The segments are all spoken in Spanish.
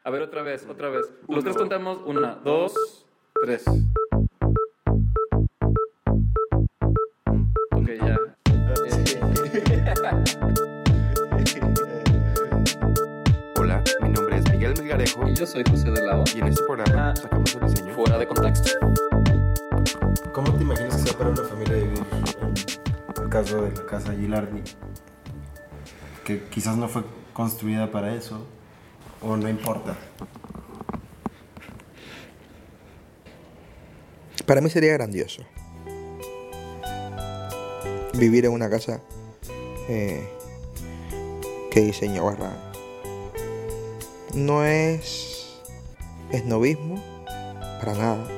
A ver, otra vez. Los tres contamos. 1, 2, 3. Ok, ya. Hola, mi nombre es Miguel Melgarejo Y yo soy José de Lao. y en este programa sacamos el diseño Fuera de contexto. ¿Cómo te imaginas que sea para una familia vivir en el caso de la casa Gilardi? Que quizás no fue construida para eso, o no importa. Para mí sería grandioso vivir en una casa que diseñó Barragán. No es esnovismo, para nada.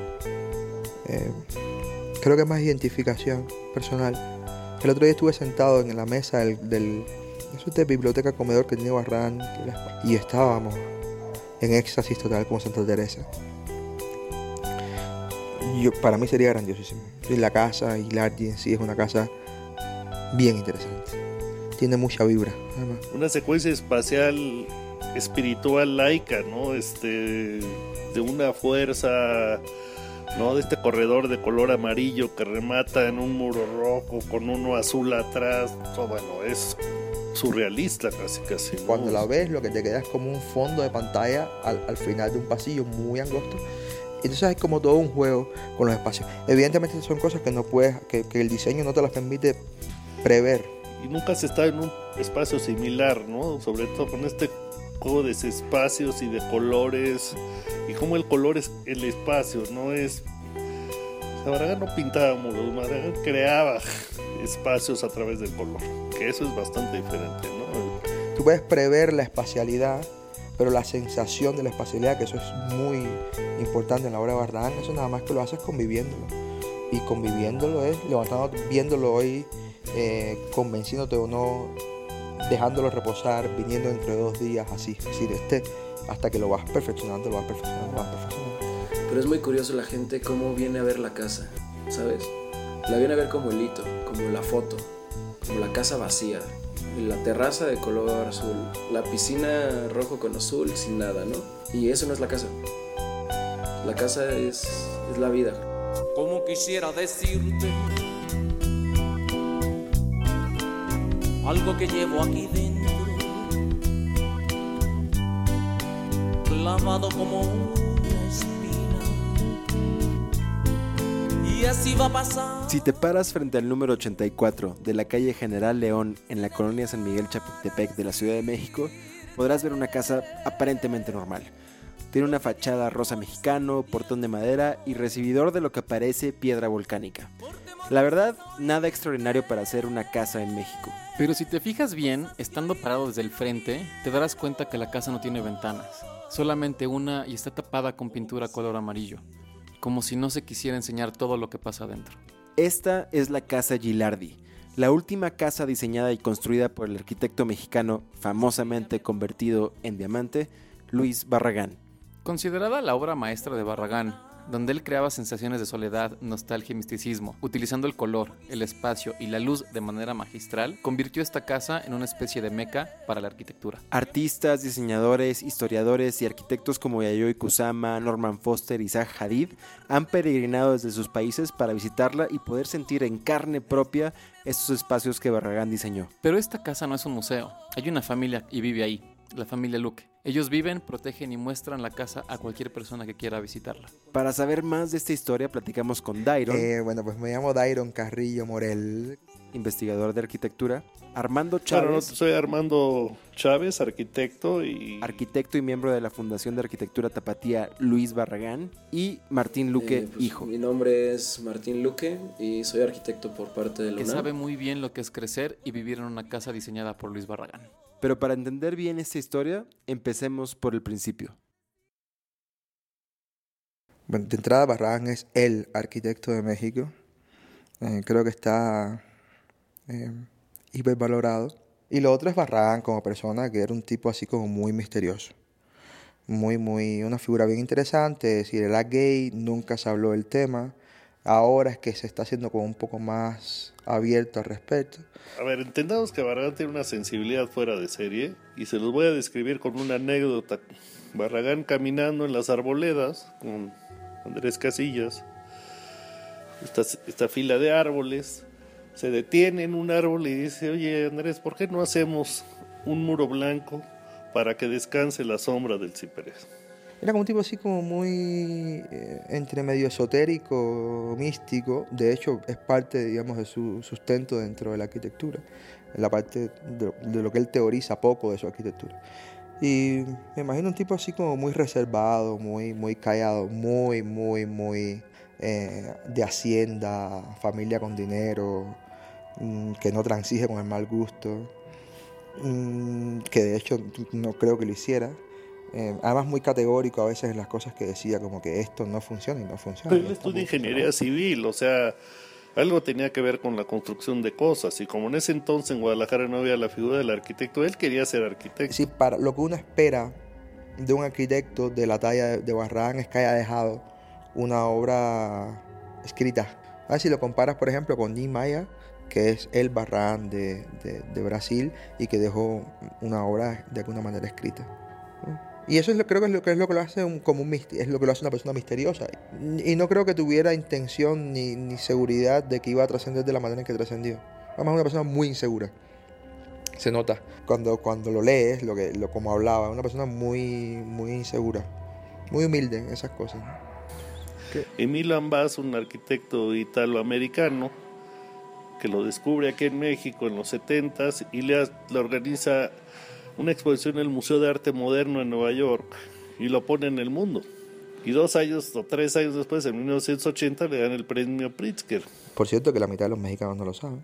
Creo que es más identificación personal. El otro día estuve sentado en la mesa eso es de biblioteca comedor que tiene Barragán y estábamos en éxtasis total como Santa Teresa. Para mí sería grandiosísimo. Y la casa Gilardi en sí es una casa bien interesante. Tiene mucha vibra, además. Una secuencia espacial espiritual laica, ¿no? De una fuerza, ¿no? De este corredor de color amarillo que remata en un muro rojo con uno azul atrás. Bueno, es surrealista casi, ¿no? Cuando la ves, lo que te queda es como un fondo de pantalla al final de un pasillo muy angosto. Entonces hay como todo un juego con los espacios. Evidentemente son cosas que no puedes, que el diseño no te las permite prever. Y nunca se está en un espacio similar, ¿no? Sobre todo con este juego de espacios y de colores, y cómo el color es el espacio, ¿no? Barragán no pintaba muros, Barragán creaba espacios a través del color, que eso es bastante diferente, ¿no? Tú puedes prever la espacialidad, pero la sensación de la espacialidad, que eso es muy importante en la obra de Barragán, eso nada más que lo haces conviviéndolo. Y conviviéndolo es levantándote, viéndolo hoy, convenciéndote o no, dejándolo reposar, viniendo dentro de 2 días, así, es decir, hasta que lo vas perfeccionando. Pero es muy curioso la gente cómo viene a ver la casa, ¿sabes? La viene a ver como el hito, como la foto, como la casa vacía, la terraza de color azul, la piscina rojo con azul sin nada, ¿no? Y eso no es la casa. La casa es la vida. Como quisiera decirte algo que llevo aquí dentro, clavado como una espina, y así va a pasar. Si te paras frente al número 84 de la calle General León en la colonia San Miguel Chapultepec de la Ciudad de México, podrás ver una casa aparentemente normal. Tiene una fachada rosa mexicano, portón de madera y recibidor de lo que parece piedra volcánica. La verdad, nada extraordinario para hacer una casa en México. Pero si te fijas bien, estando parado desde el frente, te darás cuenta que la casa no tiene ventanas. Solamente una y está tapada con pintura color amarillo. Como si no se quisiera enseñar todo lo que pasa adentro. Esta es la casa Gilardi, la última casa diseñada y construida por el arquitecto mexicano famosamente convertido en diamante, Luis Barragán. Considerada la obra maestra de Barragán, donde él creaba sensaciones de soledad, nostalgia y misticismo, utilizando el color, el espacio y la luz de manera magistral, convirtió esta casa en una especie de meca para la arquitectura. Artistas, diseñadores, historiadores y arquitectos como Yayoi Kusama, Norman Foster y Zaha Hadid han peregrinado desde sus países para visitarla y poder sentir en carne propia estos espacios que Barragán diseñó. Pero esta casa no es un museo, hay una familia y vive ahí, la familia Luque. Ellos viven, protegen y muestran la casa a cualquier persona que quiera visitarla. Para saber más de esta historia platicamos con Dairon, Bueno, pues me llamo Dairon Carrillo Morel. investigador de arquitectura, Armando Claro, Chávez, soy Armando Chávez, arquitecto arquitecto y miembro de la Fundación de Arquitectura Tapatía Luis Barragán, y Martín Luque, hijo. Mi nombre es Martín Luque y soy arquitecto por parte de la Que UNAM. sabe muy bien lo que es crecer y vivir en una casa diseñada por Luis Barragán. Pero para entender bien esta historia, empecemos por el principio. Bueno, de entrada, Barragán es el arquitecto de México. Creo que está hipervalorado. Y lo otro es Barragán como persona, que era un tipo así como muy misterioso. Una figura bien interesante. Es decir, era gay, nunca se habló del tema. Ahora es que se está haciendo como un poco más abierto al respecto. A ver, entendamos que Barragán tiene una sensibilidad fuera de serie y se los voy a describir con una anécdota. Barragán caminando en las arboledas con Andrés Casillas, esta fila de árboles, se detiene en un árbol y dice: oye Andrés, ¿por qué no hacemos un muro blanco para que descanse la sombra del ciprés? Era como un tipo así como muy entre medio esotérico, místico. De hecho, es parte, digamos, de su sustento dentro de la arquitectura. En la parte de lo que él teoriza poco de su arquitectura. Y me imagino un tipo así como muy reservado, muy callado, muy de hacienda, familia con dinero, que no transige con el mal gusto, que de hecho no creo que lo hiciera. Además muy categórico a veces en las cosas que decía, como que esto no funciona y no funciona. Pero él estudia ingeniería civil, o sea, algo tenía que ver con la construcción de cosas, y como en ese entonces en Guadalajara no había la figura del arquitecto, él quería ser arquitecto. Sí, para lo que uno espera de un arquitecto de la talla de Barragán es que haya dejado una obra escrita. A ver si lo comparas, por ejemplo, con Niemeyer, que es el Barragán de Brasil y que dejó una obra de alguna manera escrita. Y eso creo que es lo que lo hace es lo que lo hace una persona misteriosa. Y no creo que tuviera intención ni seguridad de que iba a trascender de la manera en que trascendió. Además, una persona muy insegura. Se nota cuando lo lees, como hablaba, una persona muy insegura, muy humilde en esas cosas. Emilio Ambas, un arquitecto italoamericano que lo descubre aquí en México en los 70s y le organiza una exposición en el Museo de Arte Moderno en Nueva York y lo pone en el mundo. Y 2 años o 3 años después, en 1980, le dan el premio Pritzker. Por cierto, que la mitad de los mexicanos no lo saben.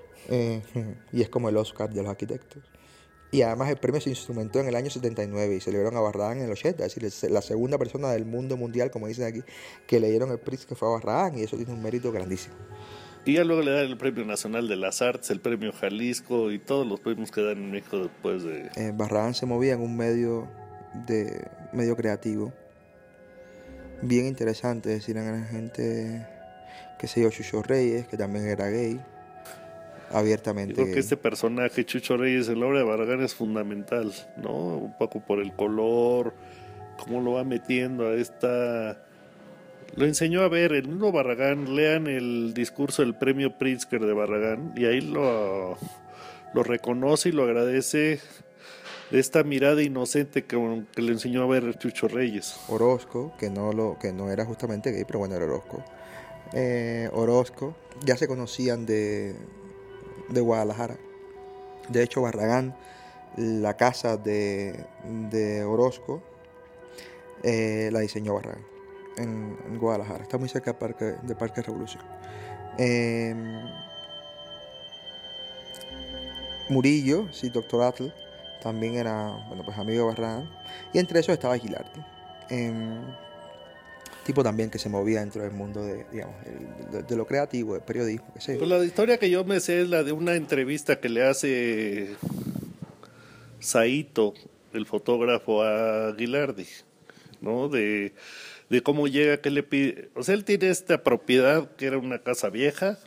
Y es como el Oscar de los arquitectos. Y además el premio se instrumentó en el año 79 y se le dieron a Barragán en el 80. Es decir, la segunda persona del mundo mundial, como dicen aquí, que le dieron el Pritzker fue a Barragán, y eso tiene un mérito grandísimo. Y ya luego le dan el Premio Nacional de las Artes, el Premio Jalisco y todos los premios que dan en México después de... Barragán se movía en un medio creativo bien interesante. Es decir, eran gente, que se llama Chucho Reyes, que también era gay, abiertamente. Creo que este personaje, Chucho Reyes, en la obra de Barragán es fundamental, ¿no? Un poco por el color, cómo lo va metiendo a esta... Lo enseñó a ver el mismo Barragán. Lean el discurso del premio Pritzker de Barragán y ahí lo reconoce y lo agradece de esta mirada inocente que le enseñó a ver Chucho Reyes. Orozco, que no era justamente gay, pero bueno, era Orozco. Orozco ya se conocían de Guadalajara. De hecho, Barragán, la casa de Orozco, la diseñó Barragán en Guadalajara. Está muy cerca del Parque Revolución. Murillo, sí, doctor Atl, también era, pues amigo de Barragán. Y entre esos estaba Gilardi, tipo también que se movía dentro del mundo de lo creativo, del periodismo, qué sé yo. Pues la historia que yo me sé es la de una entrevista que le hace Saito, el fotógrafo, a Gilardi, ¿no? De cómo llega, que le pide. O sea, él tiene esta propiedad que era una casa vieja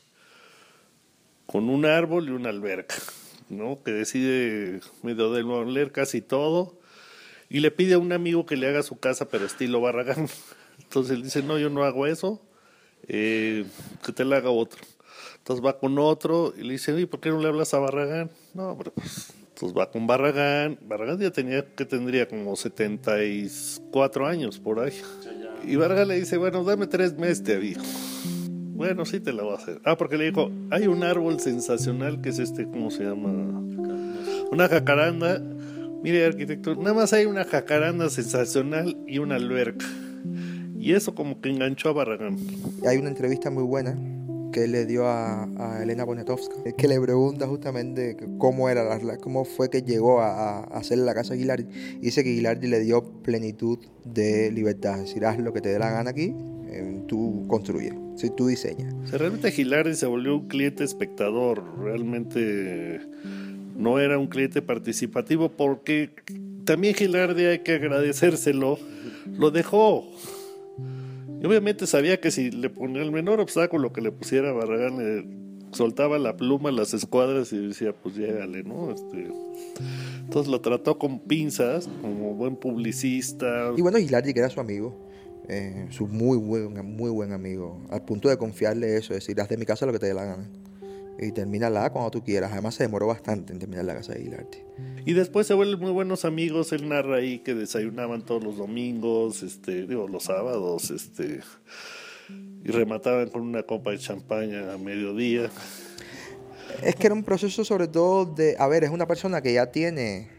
con un árbol y una alberca, ¿no? Que decide medio demoler casi todo y le pide a un amigo que le haga su casa, pero estilo Barragán. Entonces él dice: no, yo no hago eso, que te la haga otro. Entonces va con otro y le dice: oye, ¿por qué no le hablas a Barragán? No, hombre, pues. Entonces va con Barragán. Barragán ya tendría como 74 años por ahí. Y Barragán le dice: bueno, dame 3 meses, te aviso. Bueno, sí te la voy a hacer. Porque le dijo: hay un árbol sensacional que es ¿cómo se llama? Una jacaranda. Mire, arquitecto, nada más hay una jacaranda sensacional y una alberca. Y eso como que enganchó a Barragán. Hay una entrevista muy buena que él le dio a Elena Poniatowska, que le pregunta justamente cómo fue que llegó a hacer la casa a Gilardi. Y dice que Gilardi le dio plenitud de libertad, es decir, haz lo que te dé la gana aquí, tú construyes, si tú diseñas. O sea, realmente Gilardi se volvió un cliente espectador, realmente no era un cliente participativo, porque también Gilardi, hay que agradecérselo, lo dejó. Y obviamente sabía que si le ponía el menor obstáculo que le pusiera a Barragán, le soltaba la pluma a las escuadras y decía, pues llégale, ¿no? Entonces lo trató con pinzas, como buen publicista. Y bueno, Gilardi, que era su amigo, su muy buen amigo, al punto de confiarle eso, decir, haz de mi casa lo que te dé la gana. Y termínala cuando tú quieras. Además se demoró bastante en terminar la casa de Gilardi. Y después se vuelven muy buenos amigos. Él narra ahí que desayunaban todos los domingos, los sábados, y remataban con una copa de champaña a mediodía. Es que era un proceso sobre todo de, es una persona que ya tiene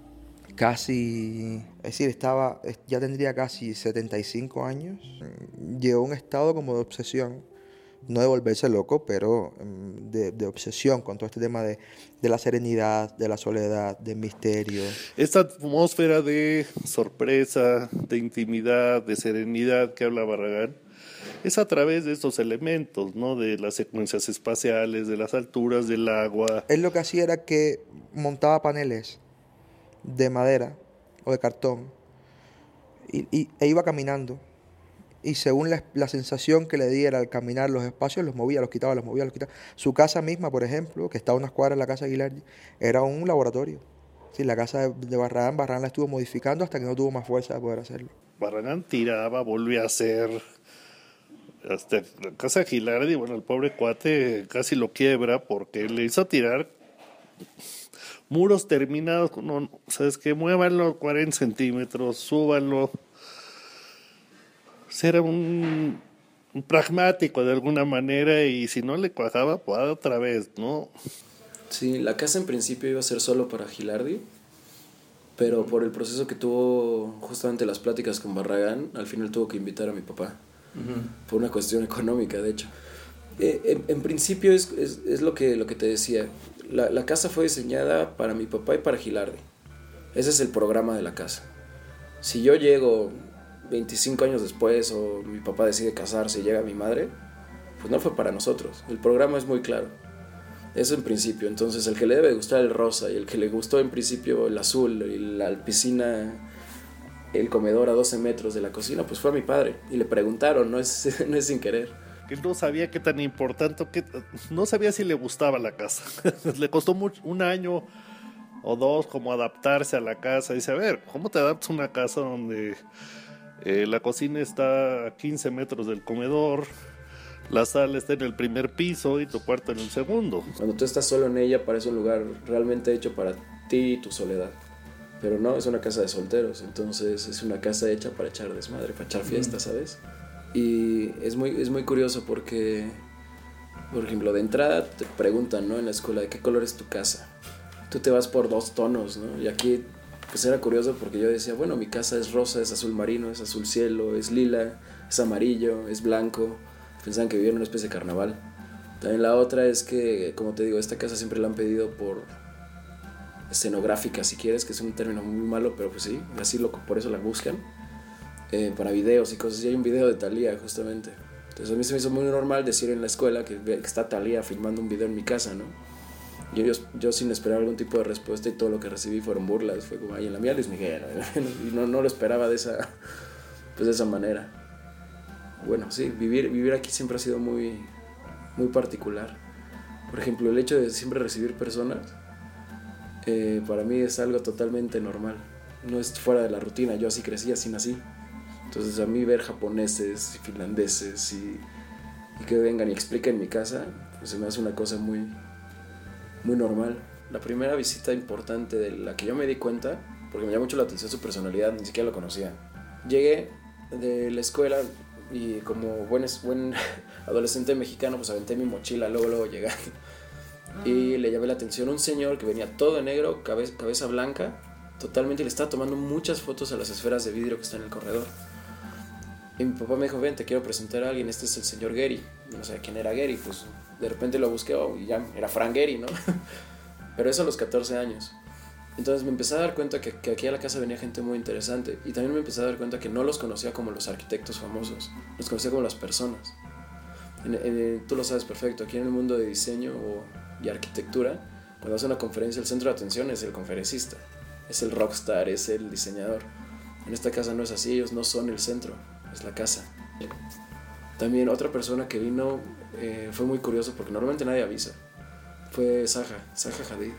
casi, es decir, ya tendría casi 75 años. Llegó a un estado como de obsesión. No de volverse loco, pero de obsesión con todo este tema de la serenidad, de la soledad, del misterio. Esta atmósfera de sorpresa, de intimidad, de serenidad que habla Barragán, es a través de estos elementos, ¿no? De las secuencias espaciales, de las alturas, del agua. Él lo que hacía era que montaba paneles de madera o de cartón e iba caminando. Y según la sensación que le diera al caminar los espacios, los movía, los quitaba. Su casa misma, por ejemplo, que está a unas cuadras de la casa de Gilardi, era un laboratorio. Sí, la casa de Barragán la estuvo modificando hasta que no tuvo más fuerza de poder hacerlo. Barragán tiraba, volvía a hacer. Hasta la casa de Gilardi, bueno, el pobre cuate casi lo quiebra porque le hizo tirar muros terminados. No, ¿sabes qué? Muévanlo 40 centímetros, súbanlo. Era un pragmático de alguna manera, y si no le cuajaba, pues otra vez, ¿no? Sí, la casa en principio iba a ser solo para Gilardi, pero por el proceso que tuvo justamente las pláticas con Barragán, al final tuvo que invitar a mi papá, por una cuestión económica, de hecho. En principio es lo que te decía, la casa fue diseñada para mi papá y para Gilardi. Ese es el programa de la casa. Si yo llego 25 años después, o mi papá decide casarse y llega mi madre, pues no fue para nosotros. El programa es muy claro. Eso en principio. Entonces, el que le debe gustar el rosa y el que le gustó en principio el azul y la piscina, el comedor a 12 metros de la cocina, pues fue a mi padre. Y le preguntaron, no es sin querer. Él no sabía qué tan importante, no sabía si le gustaba la casa. Le costó un año o dos como adaptarse a la casa. Dice, a ver, ¿cómo te adaptas a una casa donde la cocina está a 15 metros del comedor, la sala está en el primer piso y tu cuarto en el segundo? Cuando tú estás solo en ella, parece un lugar realmente hecho para ti y tu soledad. Pero no, es una casa de solteros, entonces es una casa hecha para echar desmadre, para echar fiesta, ¿sabes? Y es muy curioso porque, por ejemplo, de entrada te preguntan, ¿no? En la escuela, ¿de qué color es tu casa? Tú te vas por 2 tonos, ¿no? Y aquí pues era curioso porque yo decía, bueno, mi casa es rosa, es azul marino, es azul cielo, es lila, es amarillo, es blanco. Pensaban que vivía en una especie de carnaval. También la otra es que, como te digo, esta casa siempre la han pedido por escenográfica, si quieres, que es un término muy malo, pero pues sí, así por eso la buscan, para videos y cosas. Y hay un video de Thalía, justamente. Entonces a mí se me hizo muy normal decir en la escuela que está Thalía filmando un video en mi casa, ¿no? Yo sin esperar algún tipo de respuesta, y todo lo que recibí fueron burlas. Fue como, ay, en la mía Luis Miguel, y no lo esperaba de esa manera. Bueno, sí, vivir aquí siempre ha sido muy, muy particular. Por ejemplo, el hecho de siempre recibir personas, para mí es algo totalmente normal. No es fuera de la rutina. Yo así crecí, así nací. Entonces a mí ver japoneses y finlandeses y que vengan y expliquen mi casa, pues se me hace una cosa muy, muy normal. La primera visita importante de la que yo me di cuenta, porque me llamó mucho la atención su personalidad, ni siquiera lo conocía. Llegué de la escuela y como buen adolescente mexicano, pues aventé mi mochila luego llegando. Y le llamé la atención a un señor que venía todo de negro, cabeza blanca, totalmente, y le estaba tomando muchas fotos a las esferas de vidrio que están en el corredor. Y mi papá me dijo, ven, te quiero presentar a alguien, este es el señor Gehry. No sabía quién era Gehry, pues de repente lo busqué y ya era Frank Gehry, ¿no? Pero eso a los 14 años. Entonces me empecé a dar cuenta que aquí a la casa venía gente muy interesante, y también me empecé a dar cuenta que no los conocía como los arquitectos famosos, los conocía como las personas. Tú lo sabes perfecto, aquí en el mundo de diseño y arquitectura, cuando hace una conferencia, el centro de atención es el conferencista, es el rockstar, es el diseñador. En esta casa no es así, ellos no son el centro, es la casa. También otra persona que vino fue muy curioso porque normalmente nadie avisa. Fue Zaha Hadid.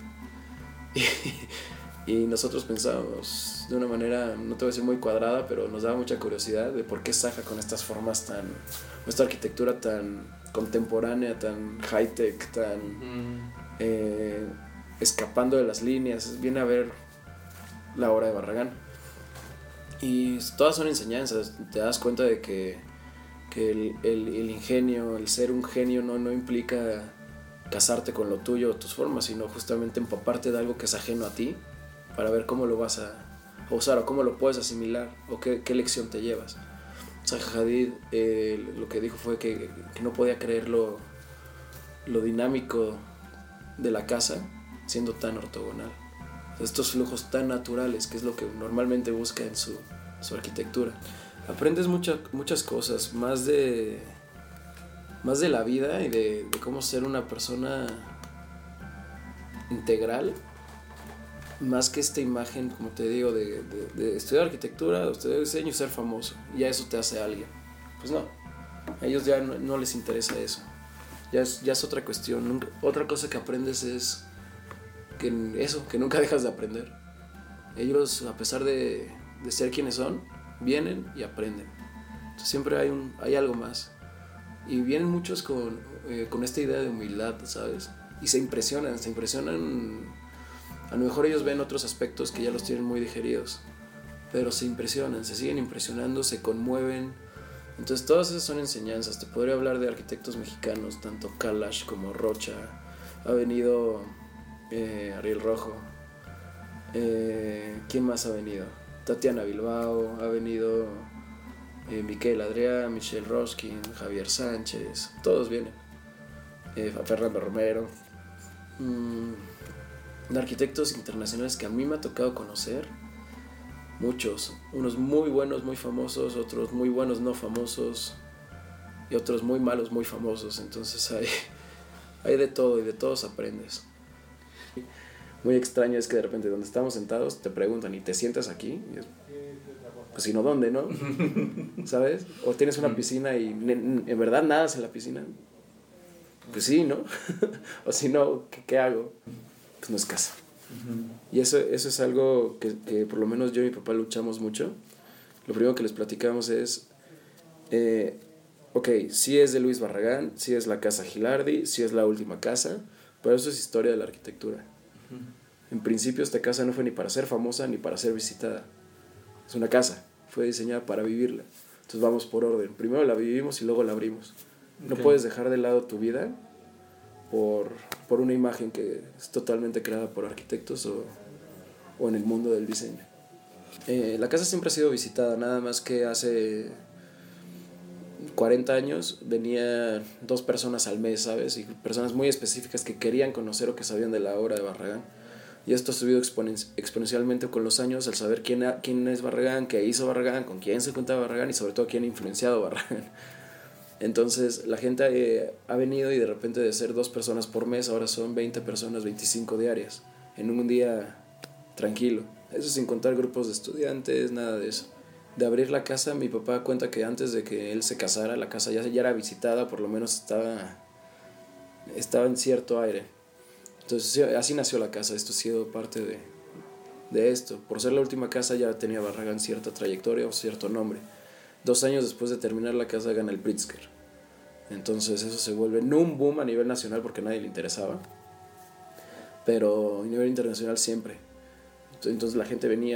Y nosotros pensábamos de una manera, no te voy a decir muy cuadrada, pero nos daba mucha curiosidad de por qué Zaha con estas formas tan, esta arquitectura tan contemporánea, tan high-tech, tan escapando de las líneas, viene a ver la obra de Barragán. Y todas son enseñanzas, te das cuenta de que el ingenio, el ser un genio no implica casarte con lo tuyo o tus formas, sino justamente empaparte de algo que es ajeno a ti para ver cómo lo vas a usar o cómo lo puedes asimilar o qué lección te llevas. Zaha Hadid lo que dijo fue que no podía creer lo dinámico de la casa siendo tan ortogonal. Estos flujos tan naturales, que es lo que normalmente busca en su arquitectura. Aprendes muchas cosas, más de la vida y de cómo ser una persona integral, más que esta imagen, como te digo, de estudiar arquitectura, estudiar diseño y ser famoso, y ya eso te hace alguien. Pues no, a ellos ya no les interesa eso, ya es otra cuestión. Otra cosa que aprendes es que nunca dejas de aprender. Ellos, a pesar de ser quienes son, vienen y aprenden. Entonces siempre hay algo más. Y vienen muchos con esta idea de humildad, ¿sabes? Y se impresionan. A lo mejor ellos ven otros aspectos que ya los tienen muy digeridos, pero se impresionan, se siguen impresionando, se conmueven. Entonces todas esas son enseñanzas. Te podría hablar de arquitectos mexicanos, tanto Kalash como Rocha. Ha venido Ariel Rojo. ¿Quién más ha venido? Tatiana Bilbao, ha venido Miquel Adrián, Michelle Roskin, Javier Sánchez, todos vienen. Fernando Romero. Arquitectos internacionales que a mí me ha tocado conocer, muchos, unos muy buenos, muy famosos, otros muy buenos, no famosos, y otros muy malos, muy famosos. Entonces hay de todo y de todos aprendes. Muy extraño es que de repente donde estamos sentados te preguntan, ¿y te sientas aquí? Y es, pues si no, ¿dónde, no? ¿Sabes? O tienes una piscina y en verdad nadas en la piscina. Pues sí, ¿no? O si no, ¿qué hago? Pues no es casa. Y eso es algo que por lo menos yo y mi papá luchamos mucho. Lo primero que les platicamos es, ok, sí es de Luis Barragán, sí es la casa Gilardi, sí es la última casa, pero eso es historia de la arquitectura. En principio esta casa no fue ni para ser famosa ni para ser visitada. Es una casa, fue diseñada para vivirla. Entonces vamos por orden. Primero la vivimos y luego la abrimos. No puedes dejar de lado tu vida por una imagen que es totalmente creada por arquitectos o en el mundo del diseño. La casa siempre ha sido visitada, nada más que hace 40 años venían 2 personas al mes, ¿sabes? Y personas muy específicas que querían conocer o que sabían de la obra de Barragán. Y esto ha subido exponencialmente con los años al saber quién es Barragán, qué hizo Barragán, con quién se cuenta Barragán y sobre todo quién ha influenciado Barragán. Entonces la gente ha venido y de repente de ser 2 personas por mes ahora son 20 personas, 25 diarias, en un día tranquilo. Eso sin contar grupos de estudiantes, nada de eso. De abrir la casa, mi papá cuenta que antes de que él se casara, la casa ya era visitada, por lo menos estaba en cierto aire. Entonces así nació la casa. Esto ha sido parte de esto. Por ser la última casa ya tenía Barragán cierta trayectoria o cierto nombre. 2 años después de terminar la casa gana el Pritzker. Entonces eso se vuelve no un boom a nivel nacional porque a nadie le interesaba, pero a nivel internacional siempre. Entonces la gente venía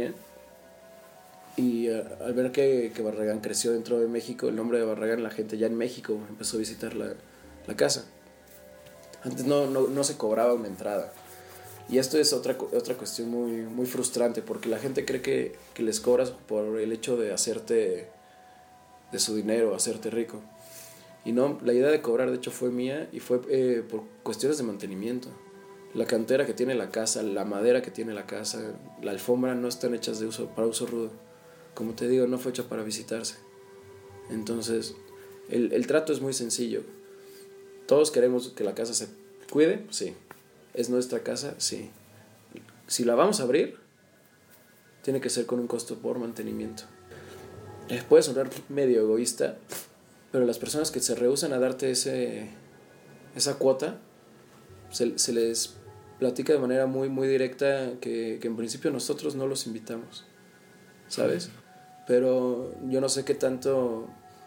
y al ver que Barragán creció dentro de México, el nombre de Barragán, la gente ya en México empezó a visitar la casa. Antes no se cobraba una entrada. Y esto es otra cuestión muy, muy frustrante, porque la gente cree que les cobras por el hecho de hacerte de su dinero, hacerte rico. Y no, la idea de cobrar de hecho fue mía y fue por cuestiones de mantenimiento. La cantera que tiene la casa, la madera que tiene la casa, la alfombra no están hechas para uso rudo. Como te digo, no fue hecha para visitarse. Entonces, el trato es muy sencillo. Todos queremos que la casa se cuide, sí. ¿Es nuestra casa? Sí. Si la vamos a abrir, tiene que ser con un costo por mantenimiento. puede sonar medio egoísta, pero las personas que se rehúsan a darte esa cuota, se les platica de manera muy, muy directa que en principio nosotros no los invitamos, ¿sabes? Pero yo no sé qué tanto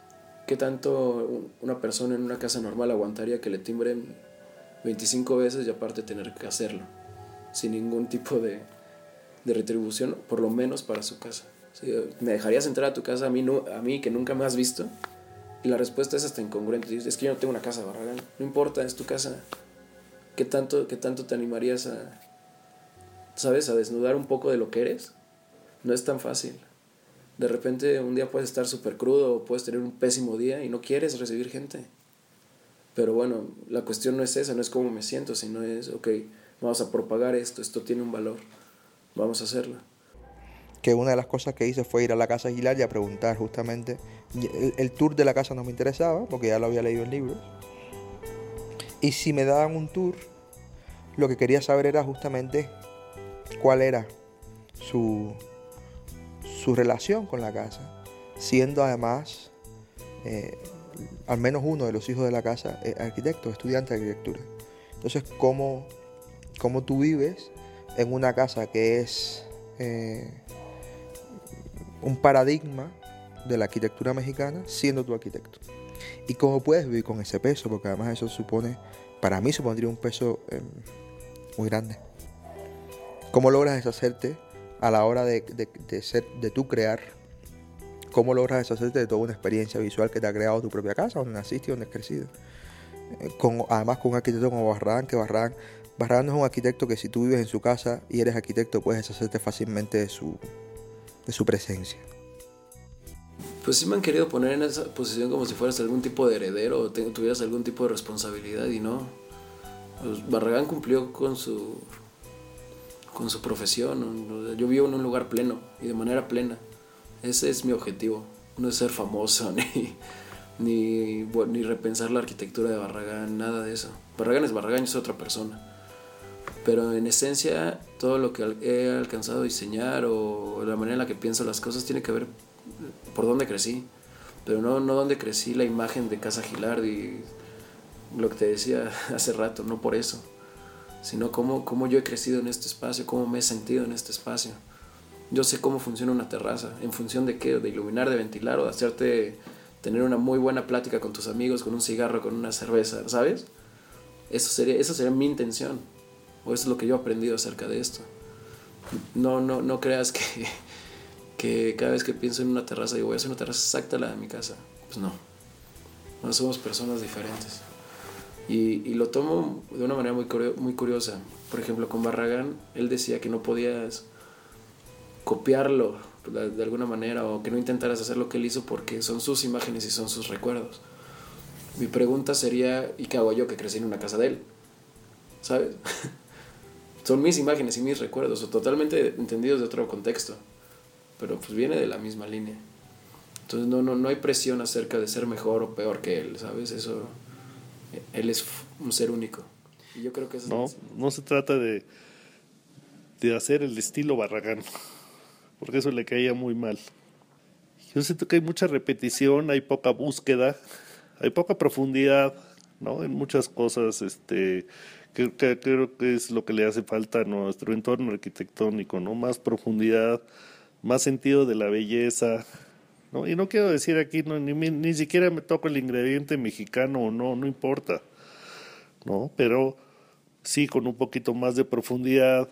una persona en una casa normal aguantaría que le timbren 25 veces y aparte tener que hacerlo, sin ningún tipo de retribución, por lo menos para su casa. ¿Sí? ¿Me dejarías entrar a tu casa a mí que nunca me has visto? Y la respuesta es hasta incongruente. Dices, es que yo no tengo una casa, Barragán. No importa, es tu casa. ¿Qué tanto te animarías ¿sabes? A desnudar un poco de lo que eres? No es tan fácil. De repente un día puedes estar súper crudo o puedes tener un pésimo día y no quieres recibir gente. Pero bueno, la cuestión no es esa, no es cómo me siento, sino es, ok, vamos a propagar esto tiene un valor, vamos a hacerlo. Que una de las cosas que hice fue ir a la Casa Aguilar y a preguntar justamente. El tour de la casa no me interesaba porque ya lo había leído en libros. Y si me daban un tour, lo que quería saber era justamente cuál era su relación con la casa, siendo además al menos uno de los hijos de la casa arquitecto, estudiante de arquitectura. Entonces, ¿cómo tú vives en una casa que es un paradigma de la arquitectura mexicana siendo tu arquitecto? ¿Y cómo puedes vivir con ese peso? Porque además eso para mí supondría un peso muy grande. ¿Cómo logras deshacerte a la hora de tú crear? ¿Cómo logras deshacerte de toda una experiencia visual que te ha creado tu propia casa, donde naciste y donde has crecido? Además con un arquitecto como Barragán, que Barragán no es un arquitecto que si tú vives en su casa y eres arquitecto puedes deshacerte fácilmente de su presencia. Pues sí me han querido poner en esa posición como si fueras algún tipo de heredero o tuvieras algún tipo de responsabilidad y no. Pues Barragán cumplió con su profesión. Yo vivo en un lugar pleno y de manera plena. Ese es mi objetivo. No es ser famoso ni repensar la arquitectura de Barragán, nada de eso. Barragán es Barragán, es otra persona. Pero en esencia todo lo que he alcanzado a diseñar o la manera en la que pienso las cosas tiene que ver por dónde crecí, pero no dónde crecí la imagen de Casa Gilardi, lo que te decía hace rato, no por eso, sino cómo yo he crecido en este espacio, cómo me he sentido en este espacio. Yo sé cómo funciona una terraza, en función de qué, de iluminar, de ventilar o de hacerte tener una muy buena plática con tus amigos, con un cigarro, con una cerveza, ¿sabes? Esa sería mi intención, o eso es lo que yo he aprendido acerca de esto. No creas que cada vez que pienso en una terraza digo, voy a hacer una terraza exacta a la de mi casa. Pues no somos personas diferentes. Y lo tomo de una manera muy curiosa. Por ejemplo, con Barragán, él decía que no podías copiarlo de alguna manera o que no intentaras hacer lo que él hizo porque son sus imágenes y son sus recuerdos. Mi pregunta sería, ¿y qué hago yo que crecí en una casa de él? ¿Sabes? Son mis imágenes y mis recuerdos, o totalmente entendidos de otro contexto, pero pues viene de la misma línea. Entonces no hay presión acerca de ser mejor o peor que él, ¿sabes? Eso, él es un ser único. Y yo creo que eso no se trata de hacer el estilo Barragán, porque eso le caía muy mal. Yo siento que hay mucha repetición, hay poca búsqueda, hay poca profundidad, ¿no? En muchas cosas, creo que es lo que le hace falta a nuestro entorno arquitectónico, ¿no? Más profundidad, más sentido de la belleza, ¿no? Y no quiero decir aquí, ni siquiera me toco el ingrediente mexicano o no importa, ¿no? Pero sí con un poquito más de profundidad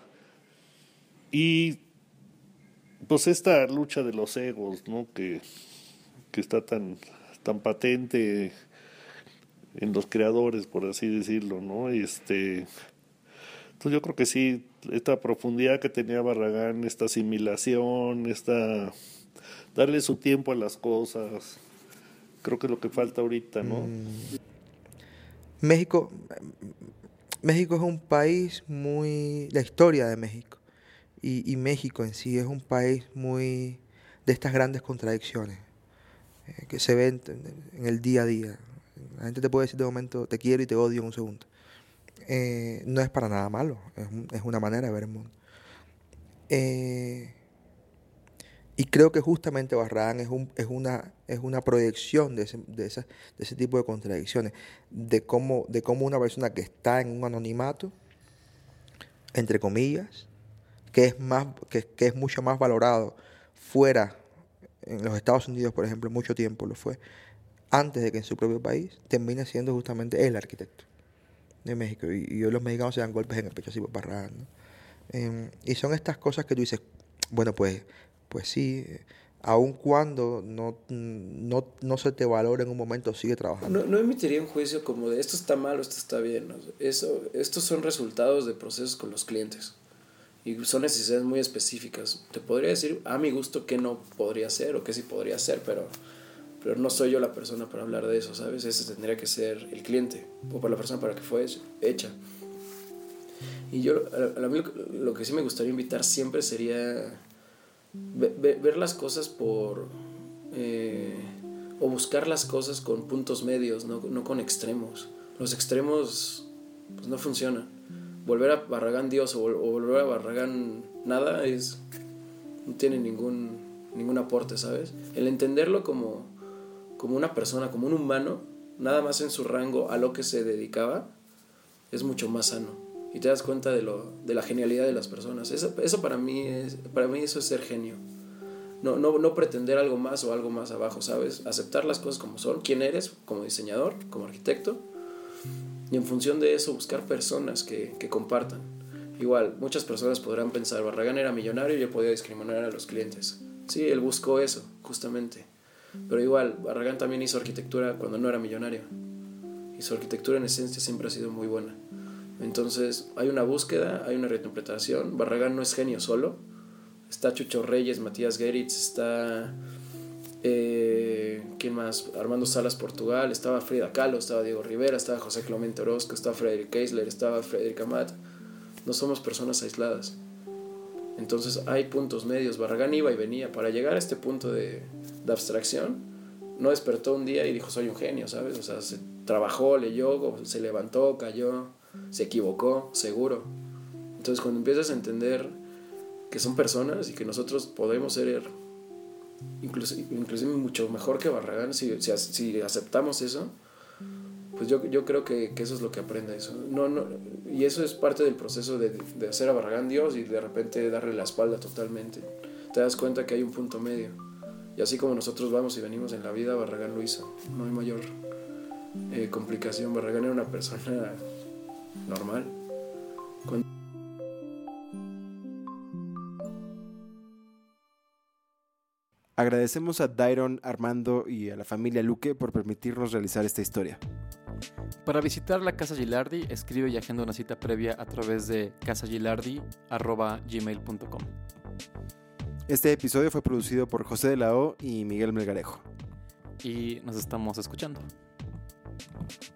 y pues esta lucha de los egos, ¿no? Que está tan patente en los creadores, por así decirlo, ¿no? Entonces yo creo que sí, esta profundidad que tenía Barragán, esta asimilación, darle su tiempo a las cosas, creo que es lo que falta ahorita, ¿no? México es un país la historia de México y México en sí es un país muy de estas grandes contradicciones que se ven en el día a día. La gente te puede decir de momento te quiero y te odio en un segundo. No es para nada malo, es una manera de ver el mundo. Y creo que justamente Barragán es una proyección de ese tipo de contradicciones, de cómo una persona que está en un anonimato, entre comillas, que es mucho más valorado fuera, en los Estados Unidos, por ejemplo, mucho tiempo lo fue, antes de que en su propio país, termine siendo justamente el arquitecto de México. Y hoy los mexicanos se dan golpes en el pecho así por Barragán, ¿no? Y son estas cosas que tú dices, bueno, pues sí, aun cuando no se te valora en un momento, sigue trabajando. No emitiría un juicio como de esto está mal o esto está bien, ¿no? Estos son resultados de procesos con los clientes y son necesidades muy específicas. Te podría decir a mi gusto qué no podría ser o qué sí podría ser, pero no soy yo la persona para hablar de eso, ¿sabes? Ese tendría que ser el cliente o para la persona para que fue hecha. Y yo, a mí lo que sí me gustaría invitar siempre sería ver las cosas o buscar las cosas con puntos medios, no con extremos. Los extremos pues no funcionan. Volver a Barragán Dios o volver a Barragán nada no tiene ningún aporte, ¿sabes? El entenderlo como una persona, como un humano, nada más en su rango a lo que se dedicaba, es mucho más sano. Y te das cuenta de la genialidad de las personas. Eso para mí eso es ser genio. No pretender algo más o algo más abajo, ¿sabes? Aceptar las cosas como son, quién eres como diseñador, como arquitecto, y en función de eso buscar personas que compartan. Igual, muchas personas podrán pensar, Barragán era millonario y él podía discriminar a los clientes. Sí, él buscó eso, justamente. Pero igual, Barragán también hizo arquitectura cuando no era millonario. Y su arquitectura en esencia siempre ha sido muy buena. Entonces hay una búsqueda, hay una reinterpretación. Barragán no es genio solo. Está Chucho Reyes, Matías Geritz, está ¿quién más? Armando Salas Portugal, estaba Frida Kahlo, estaba Diego Rivera, estaba José Clemente Orozco, estaba Frederick Keisler, estaba Frederick Amat. No somos personas aisladas. Entonces hay puntos medios. Barragán iba y venía. Para llegar a este punto de abstracción, no despertó un día y dijo soy un genio, ¿sabes? O sea, se trabajó, leyó, se levantó, cayó, se equivocó, seguro. Entonces cuando empiezas a entender que son personas y que nosotros podemos ser inclusive mucho mejor que Barragán si aceptamos eso, pues yo creo que eso es lo que aprende eso. Y eso es parte del proceso de hacer a Barragán Dios y de repente darle la espalda totalmente. Te das cuenta que hay un punto medio. Y así como nosotros vamos y venimos en la vida, Barragán lo hizo. No hay mayor complicación. Barragán era una persona normal. Agradecemos a Dairon, Armando y a la familia Luque por permitirnos realizar esta historia. Para visitar la Casa Gilardi, escribe y agenda una cita previa a través de casagilardi@gmail.com. Este episodio fue producido por José de la O y Miguel Melgarejo. Y nos estamos escuchando.